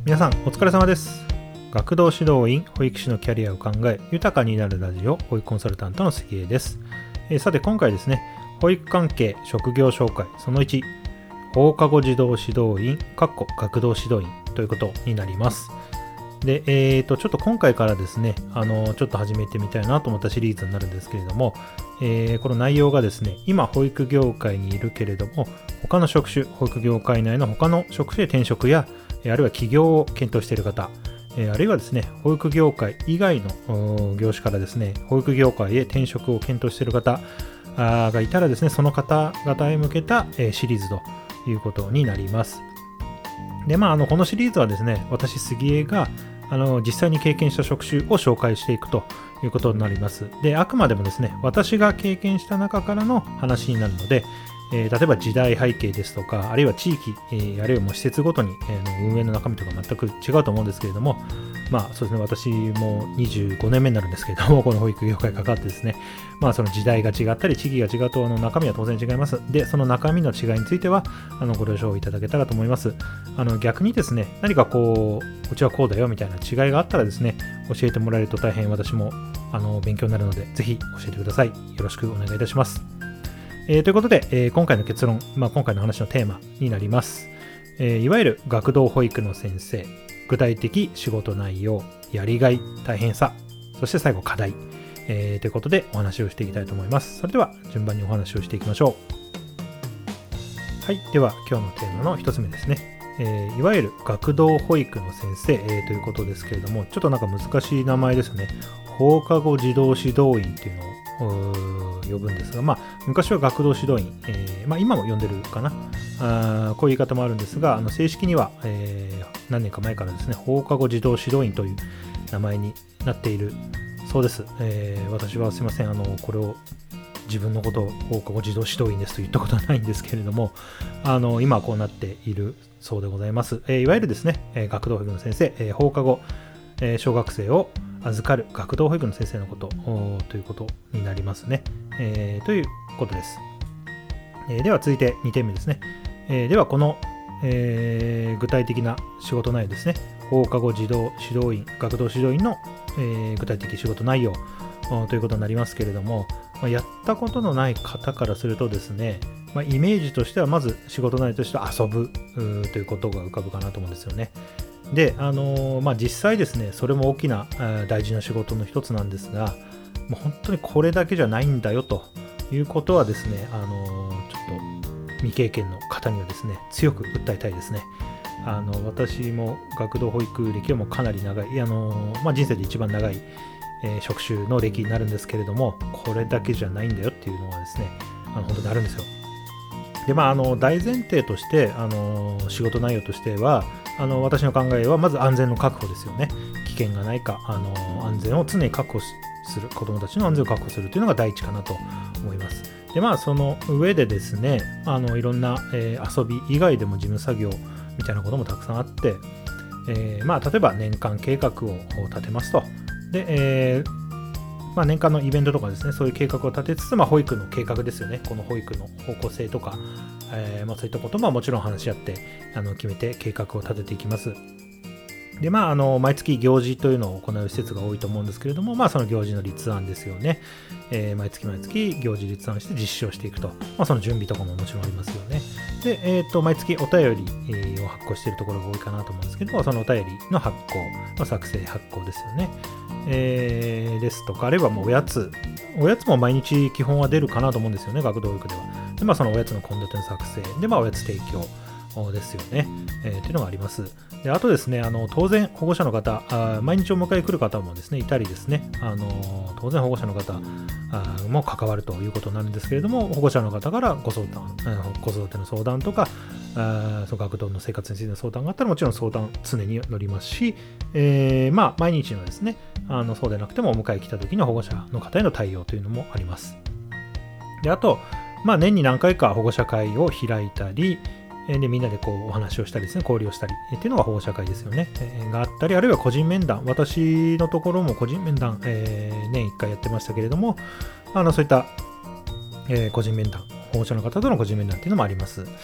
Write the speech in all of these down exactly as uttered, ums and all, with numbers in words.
皆さんお疲れ様です。学童指導員、保育士のキャリアを考え豊かになるラジオ、保育コンサルタントの杉江です。えー、さて今回ですね、保育関係職業紹介そのいち、放課後児童指導員学童指導員ということになります。で、えーと、ちょっと今回からですね、あの、ちょっと始めてみたいなと思ったシリーズになるんですけれども、えー、この内容がですね、今保育業界にいるけれども、他の職種、保育業界内の他の職種へ転職や、あるいは起業を検討している方、あるいはですね、保育業界以外の業種からですね、保育業界へ転職を検討している方がいたらですね、その方々へ向けたシリーズということになります。で、まあ、あのこのシリーズはですね、私、杉江があの実際に経験した職種を紹介していくということになります。で、あくまでもですね、私が経験した中からの話になるので、えー、例えば時代背景ですとか、あるいは地域、えー、あるいはもう施設ごとに、えー、運営の中身とか全く違うと思うんですけれども、まあそうですね、私もにじゅうごねんめになるんですけれども、この保育業界関わってですね、まあその時代が違ったり、地域が違うと、あの中身は当然違います。で、その中身の違いについては、あのご了承いただけたらと思います。あの逆にですね、何かこう、うちはこうだよみたいな違いがあったらですね、教えてもらえると大変私もあの勉強になるので、ぜひ教えてください。よろしくお願いいたします。えー、ということで、えー、今回の結論、まあ、今回の話のテーマになります、えー。いわゆる学童保育の先生、具体的仕事内容、やりがい、大変さ、そして最後課題、えー、ということでお話をしていきたいと思います。それでは順番にお話をしていきましょう。はい、では今日のテーマの一つ目ですね。えー、いわゆる学童保育の先生、えー、ということですけれども、ちょっとなんか難しい名前ですね。放課後児童指導員っていうのを呼ぶんですが、まあ、昔は学童指導員、えーまあ、今も呼んでるかな、あこういう言い方もあるんですが、あの正式には、えー、何年か前からですね、放課後児童指導員という名前になっているそうです。えー、私はすいません、あのこれを自分のことを放課後児童指導員ですと言ったことはないんですけれども、あの今はこうなっているそうでございます。えー、いわゆるですね、えー、学童保育の先生、えー、放課後、えー、小学生を預かる学童保育の先生のことということになりますね、えー、ということです、えー、では続いてにてんめですね、えー、ではこの、えー、具体的な仕事内容ですね、放課後児童指導員学童指導員の、えー、具体的仕事内容ということになりますけれども、まあ、やったことのない方からするとですね、まあ、イメージとしてはまず仕事内容としては遊ぶということが浮かぶかなと思うんですよね。で、あのーまあ、実際ですね、それも大きな大事な仕事の一つなんですが、もう本当にこれだけじゃないんだよということはですね、あのー、ちょっと未経験の方にはですね、強く訴えたいですね。あの私も学童保育歴はもうかなり長い、あのーまあ、人生で一番長い、えー、職種の歴になるんですけれども、これだけじゃないんだよっていうのはですね、あの本当にあるんですよ。で、まあ、あの大前提として、あの仕事内容としては、あの私の考えはまず安全の確保ですよね。危険がないか、あの安全を常に確保する、子どもたちの安全を確保するというのが第一かなと思います。で、まあその上でですね、あのいろんな、えー、遊び以外でも事務作業みたいなこともたくさんあって、えー、まあ例えば年間計画を立てますと。で、えーまあ、年間のイベントとかですね、そういう計画を立てつつ、まあ、保育の計画ですよね、この保育の方向性とか、えーまあ、そういったことももちろん話し合ってあの決めて計画を立てていきます。で、まあ、あの毎月行事というのを行う施設が多いと思うんですけれども、まあ、その行事の立案ですよね、えー、毎月毎月行事立案して実施をしていくと、まあ、その準備とかももちろんありますよね。で、えー、と毎月お便りを発行しているところが多いかなと思うんですけど、そのお便りの発行、まあ、作成発行ですよね。えー、ですとか、あるいはもうおやつ、おやつも毎日基本は出るかなと思うんですよね、学童保育では。で、まあ、そのおやつの献立の作成で、まあ、おやつ提供ですよね、えー、というのがあります。で、あとですね、あの当然保護者の方あ、毎日お迎え来る方もですね、いたりですね、あの当然保護者の方あも関わるということになるんですけれども、保護者の方からご相談、子育ての相談とか、あその学童の生活についての相談があったら、もちろん相談常に乗りますし、えー、まあ毎日のですね、あのそうでなくてもお迎え来た時の保護者の方への対応というのもあります。で、あと、まあ、年に何回か保護者会を開いたり、でみんなでこうお話をしたりですね、交流をしたりっていうのが保護者会ですよね、えー、があったり、あるいは個人面談、私のところも個人面談、えー、年いっかいやってましたけれども、あのそういった、えー、個人面談、保護者の方との個人面談っていうのもあります。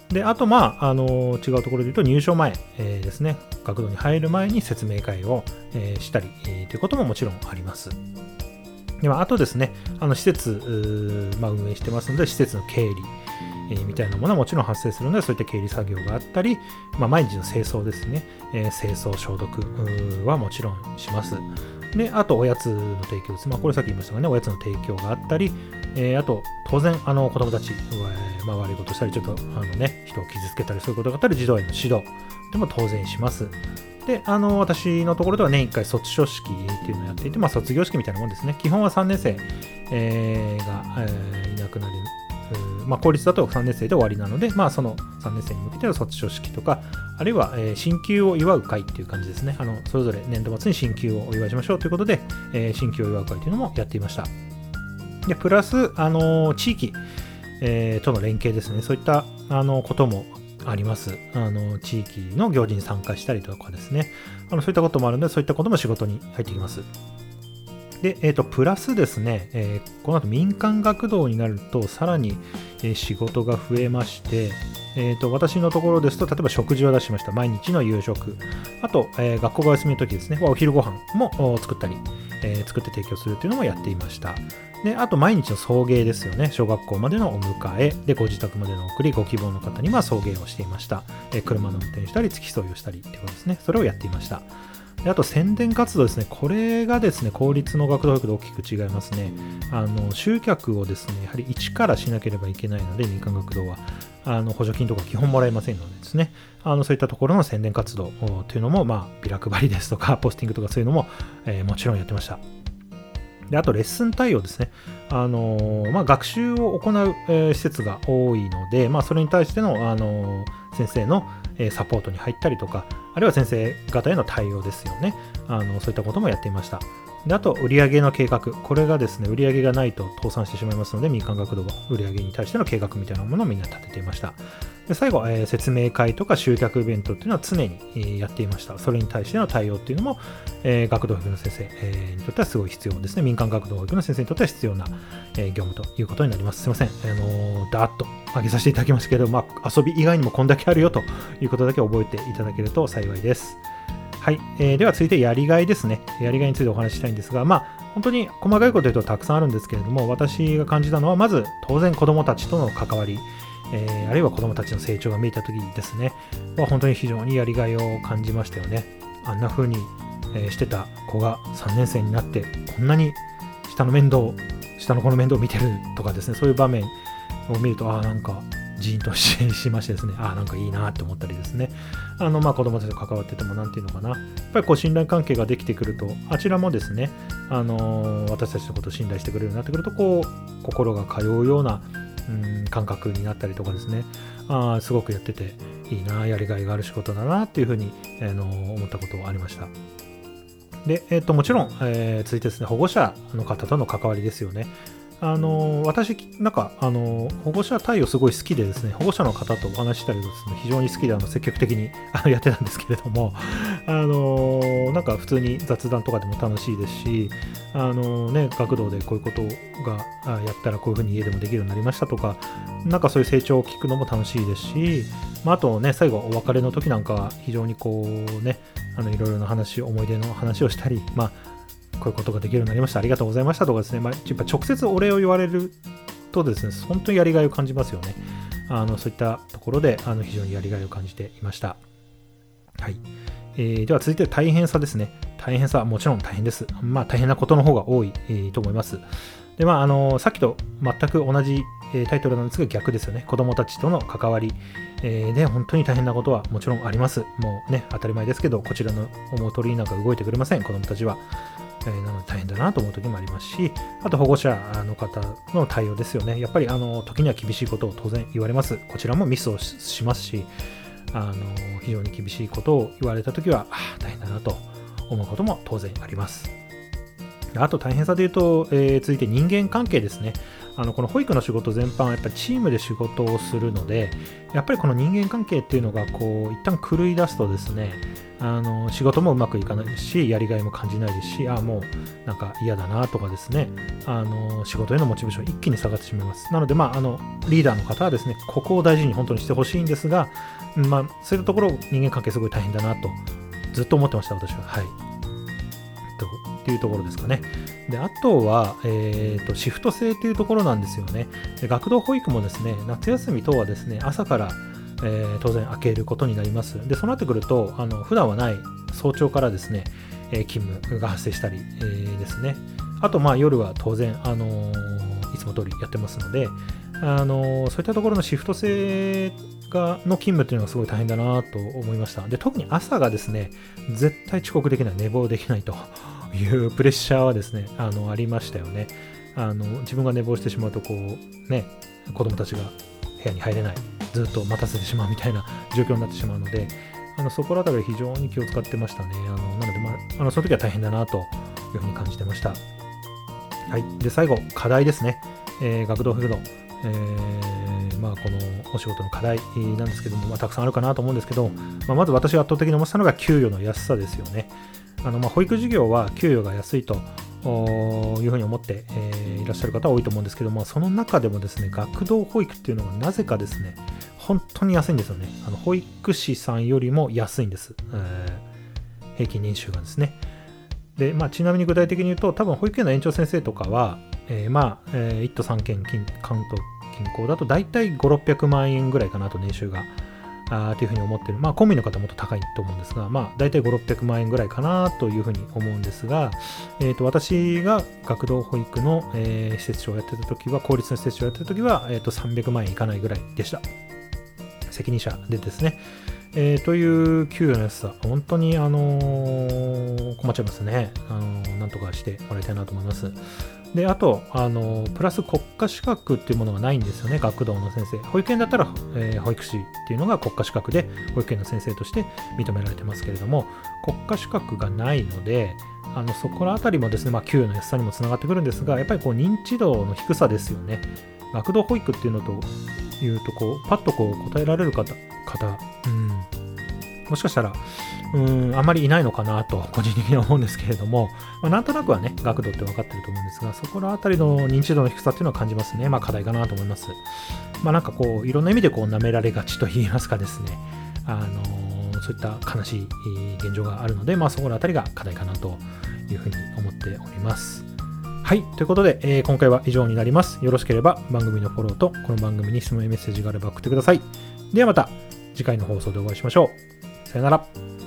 で、あと、まあ、あの違うところで言うと入所前、えー、ですね、学童に入る前に説明会を、えー、したり、えー、ということももちろんあります。で、まあ、あとですね、あの施設、まあ、運営してますので、施設の経理、えー、みたいなものはもちろん発生するので、そういった経理作業があったり、まあ、毎日の清掃ですね、えー、清掃、消毒はもちろんします。で、あとおやつの提供です。まあ、これさっき言いましたがね、おやつの提供があったり、えー、あと、当然、あの、子供たち、えーまあ、悪いことしたり、ちょっと、あのね、人を傷つけたり、そういうことがあったり、児童への指導でも当然します。で、あの、私のところでは年いっかい卒書式っていうのをやっていて、まあ、卒業式みたいなもんですね。基本はさんねん生、えー、が、えー、いなくなる。まあ、公立だとさんねん生で終わりなので、まあ、そのさんねん生に向けての卒書式とか、あるいは、えー、進級を祝う会っていう感じですね。あのそれぞれ年度末に進級をお祝いしましょうということで、えー、進級を祝う会というのもやっていました。で、プラス、あのー、地域、えー、との連携ですね。そういったあのこともあります。あの地域の行事に参加したりとかですね。あのそういったこともあるので、そういったことも仕事に入ってきます。で、えーと、プラスですね、えー、この後民間学童になると、さらに、えー、仕事が増えまして、えーと、私のところですと、例えば食事を出しました。毎日の夕食。あと、えー、学校が休みの時ですね、お昼ご飯も作ったり、えー、作って提供するというのもやっていました。で、あと、毎日の送迎ですよね。小学校までのお迎え、で、ご自宅までの送り、ご希望の方には送迎をしていました。えー、車の運転したり、付き添いをしたりっていうことですね。それをやっていました。で、あと宣伝活動ですね。これがですね、公立の学童保育と大きく違いますね。あの集客をですね、やはり一からしなければいけないので、民間学童はあの補助金とか基本もらえませんのでですね、あのそういったところの宣伝活動というのも、まあ、ビラ配りですとか、ポスティングとかそういうのも、えー、もちろんやってました。で、あとレッスン対応ですね。あのーまあ、学習を行う、えー、施設が多いので、まあ、それに対しての、あのー先生の、えー、サポートに入ったりとか、あるいは先生方への対応ですよね。あのそういったこともやっていました。で、あと、売上の計画。これがですね、売上がないと倒産してしまいますので、民間学童は売上に対しての計画みたいなものをみんな立てていました。で、最後、えー、説明会とか集客イベントっていうのは常に、えー、やっていました。それに対しての対応っていうのも、えー、学童保育の先生、えー、にとってはすごい必要ですね。民間学童保育の先生にとっては必要な、えー、業務ということになります。すいません。あのー、だーっと上げさせていただきましたけど、まあ、遊び以外にもこんだけあるよということだけ覚えていただけると幸いです。はい、えー、では続いてやりがいですね。やりがいについてお話ししたいんですが、まあ、本当に細かいこと言うとたくさんあるんですけれども、私が感じたのは、まず当然子どもたちとの関わり、えー、あるいは子どもたちの成長が見えたときですね、は本当に非常にやりがいを感じましたよね。あんな風に、えー、してた子がさんねん生になって、こんなに下の面倒、下の子の面倒を見てるとかですね、そういう場面を見ると、ああ、なんか、ジーンとしましてですね、ああ、なんかいいなって思ったりですね、あの、まあ、子供たちと関わってても、なんていうのかな、やっぱりこう、信頼関係ができてくると、あちらもですね、あのー、私たちのことを信頼してくれるようになってくると、こう、心が通うような、うん、感覚になったりとかですね、あすごくやってていいな、やりがいがある仕事だなっていうふうに、あのー、思ったことがありました。で、えっと、もちろん、えー、続いてですね、保護者の方との関わりですよね。あの私、なんか、あの保護者対応すごい好きでですね、保護者の方とお話ししたりですね、非常に好きであの積極的にあのやってたんですけれども、あのなんか普通に雑談とかでも楽しいですし、あのね、学童でこういうことがやったらこういうふうに家でもできるようになりましたとか、なんかそういう成長を聞くのも楽しいですし、まあ、あとね、最後お別れの時なんかは非常にこうね、あのいろいろな話、思い出の話をしたり、まあこういうことができるようになりました。ありがとうございましたとかですね。まあ、やっぱ直接お礼を言われるとですね、本当にやりがいを感じますよね。あのそういったところであの非常にやりがいを感じていました。はい。えー、では続いて大変さですね。大変さはもちろん大変です。まあ大変なことの方が多い、えー、と思います。で、まあ、あのさっきと全く同じ、えー、タイトルなんですが逆ですよね。子供たちとの関わり、えー、で本当に大変なことはもちろんあります。もうね、当たり前ですけど、こちらの思う通りになんか動いてくれません。子供たちは。えー、なので大変だなと思う時もありますし、あと保護者の方の対応ですよね。やっぱりあの時には厳しいことを当然言われます。こちらもミスを し, しますし、あの非常に厳しいことを言われた時はあ大変だなと思うことも当然あります。あと大変さで言うと、えー、続いて人間関係ですね。あのこの保育の仕事全般はやっぱりチームで仕事をするので、やっぱりこの人間関係っていうのがこう一旦狂い出すとですね、 あの仕事もうまくいかないですし、やりがいも感じないですし、あもうなんか嫌だなとかですね、あの仕事へのモチベーション一気に下がってしまいます。なので、まあ、あのリーダーの方はですね、ここを大事に本当にしてほしいんですが、まあ、そういうところ人間関係すごい大変だなとずっと思ってました、私は。はい。とっていうところですかね。で、あとは、えーと、シフト制というところなんですよね。で、学童保育もですね、夏休み等はですね、朝からえー、当然開けることになります。で、そうなってくると、あの普段はない早朝からですね、えー、勤務が発生したり、えー、ですね。あと、まあ夜は当然、あのー、いつも通りやってますので、あのー、そういったところのシフト制がの勤務っていうのがすごい大変だなと思いました。で、特に朝がですね、絶対遅刻できない、寝坊できないというプレッシャーはですね、あのありましたよね。あの自分が寝坊してしまうと、こうね、子供たちが部屋に入れない、ずっと待たせてしまうみたいな状況になってしまうので、あのそこら辺り非常に気を使ってましたね。あのなので、まあ、あのその時は大変だなというふうに感じてました。はい、で最後、課題ですね。えー、学童保育の、えーまあ、このお仕事の課題なんですけども、まあ、たくさんあるかなと思うんですけど、まあ、まず私が圧倒的に思ったのが給与の安さですよね。あのまあ保育事業は給与が安いというふうに思って、えー、いらっしゃる方は多いと思うんですけども、その中でもですね、学童保育っていうのがなぜかですね、本当に安いんですよね。あの保育士さんよりも安いんです、えー、平均年収がですね。で、まあ、ちなみに具体的に言うと、多分保育園の園長先生とかは、えー、まあ、えー、いっ都さん県関東近郊だと大体ごひゃく、ろっぴゃくまんえんぐらいかなと、年収があというふうに思ってる。まあ、公務員の方はもっと高いと思うんですが、まあ、大体ごひゃく、ろっぴゃくまんえんぐらいかなというふうに思うんですが、えー、と私が学童保育の、えー、施設長をやってた時は、公立の施設長をやってた時は、えー、とさんびゃくまんえんいかないぐらいでした。責任者でですね。えー、という給与の安さ、本当に、あのー、困っちゃいますね。あのー。なんとかしてもらいたいなと思います。で、あと、あのー、プラス国家資格っていうものがないんですよね、学童の先生。保育園だったら、えー、保育士っていうのが国家資格で、保育園の先生として認められてますけれども、国家資格がないので、あのそこらあたりもですね、まあ、給与の安さにもつながってくるんですが、やっぱりこう認知度の低さですよね。学童保育っていうのというとこう、パッとこう答えられる方、方、うん、もしかしたら、うーん、あまりいないのかなと、個人的には思うんですけれども、まあ、なんとなくはね、学童って分かってると思うんですが、そこらあたりの認知度の低さっていうのは感じますね。まあ、課題かなと思います。まあ、なんかこう、いろんな意味でこう、舐められがちと言いますかですね、あのー、そういった悲しい現状があるので、まあ、そこらあたりが課題かなというふうに思っております。はい。ということで、えー、今回は以上になります。よろしければ番組のフォローと、この番組に質問やメッセージがあれば送ってください。ではまた次回の放送でお会いしましょう。さよなら。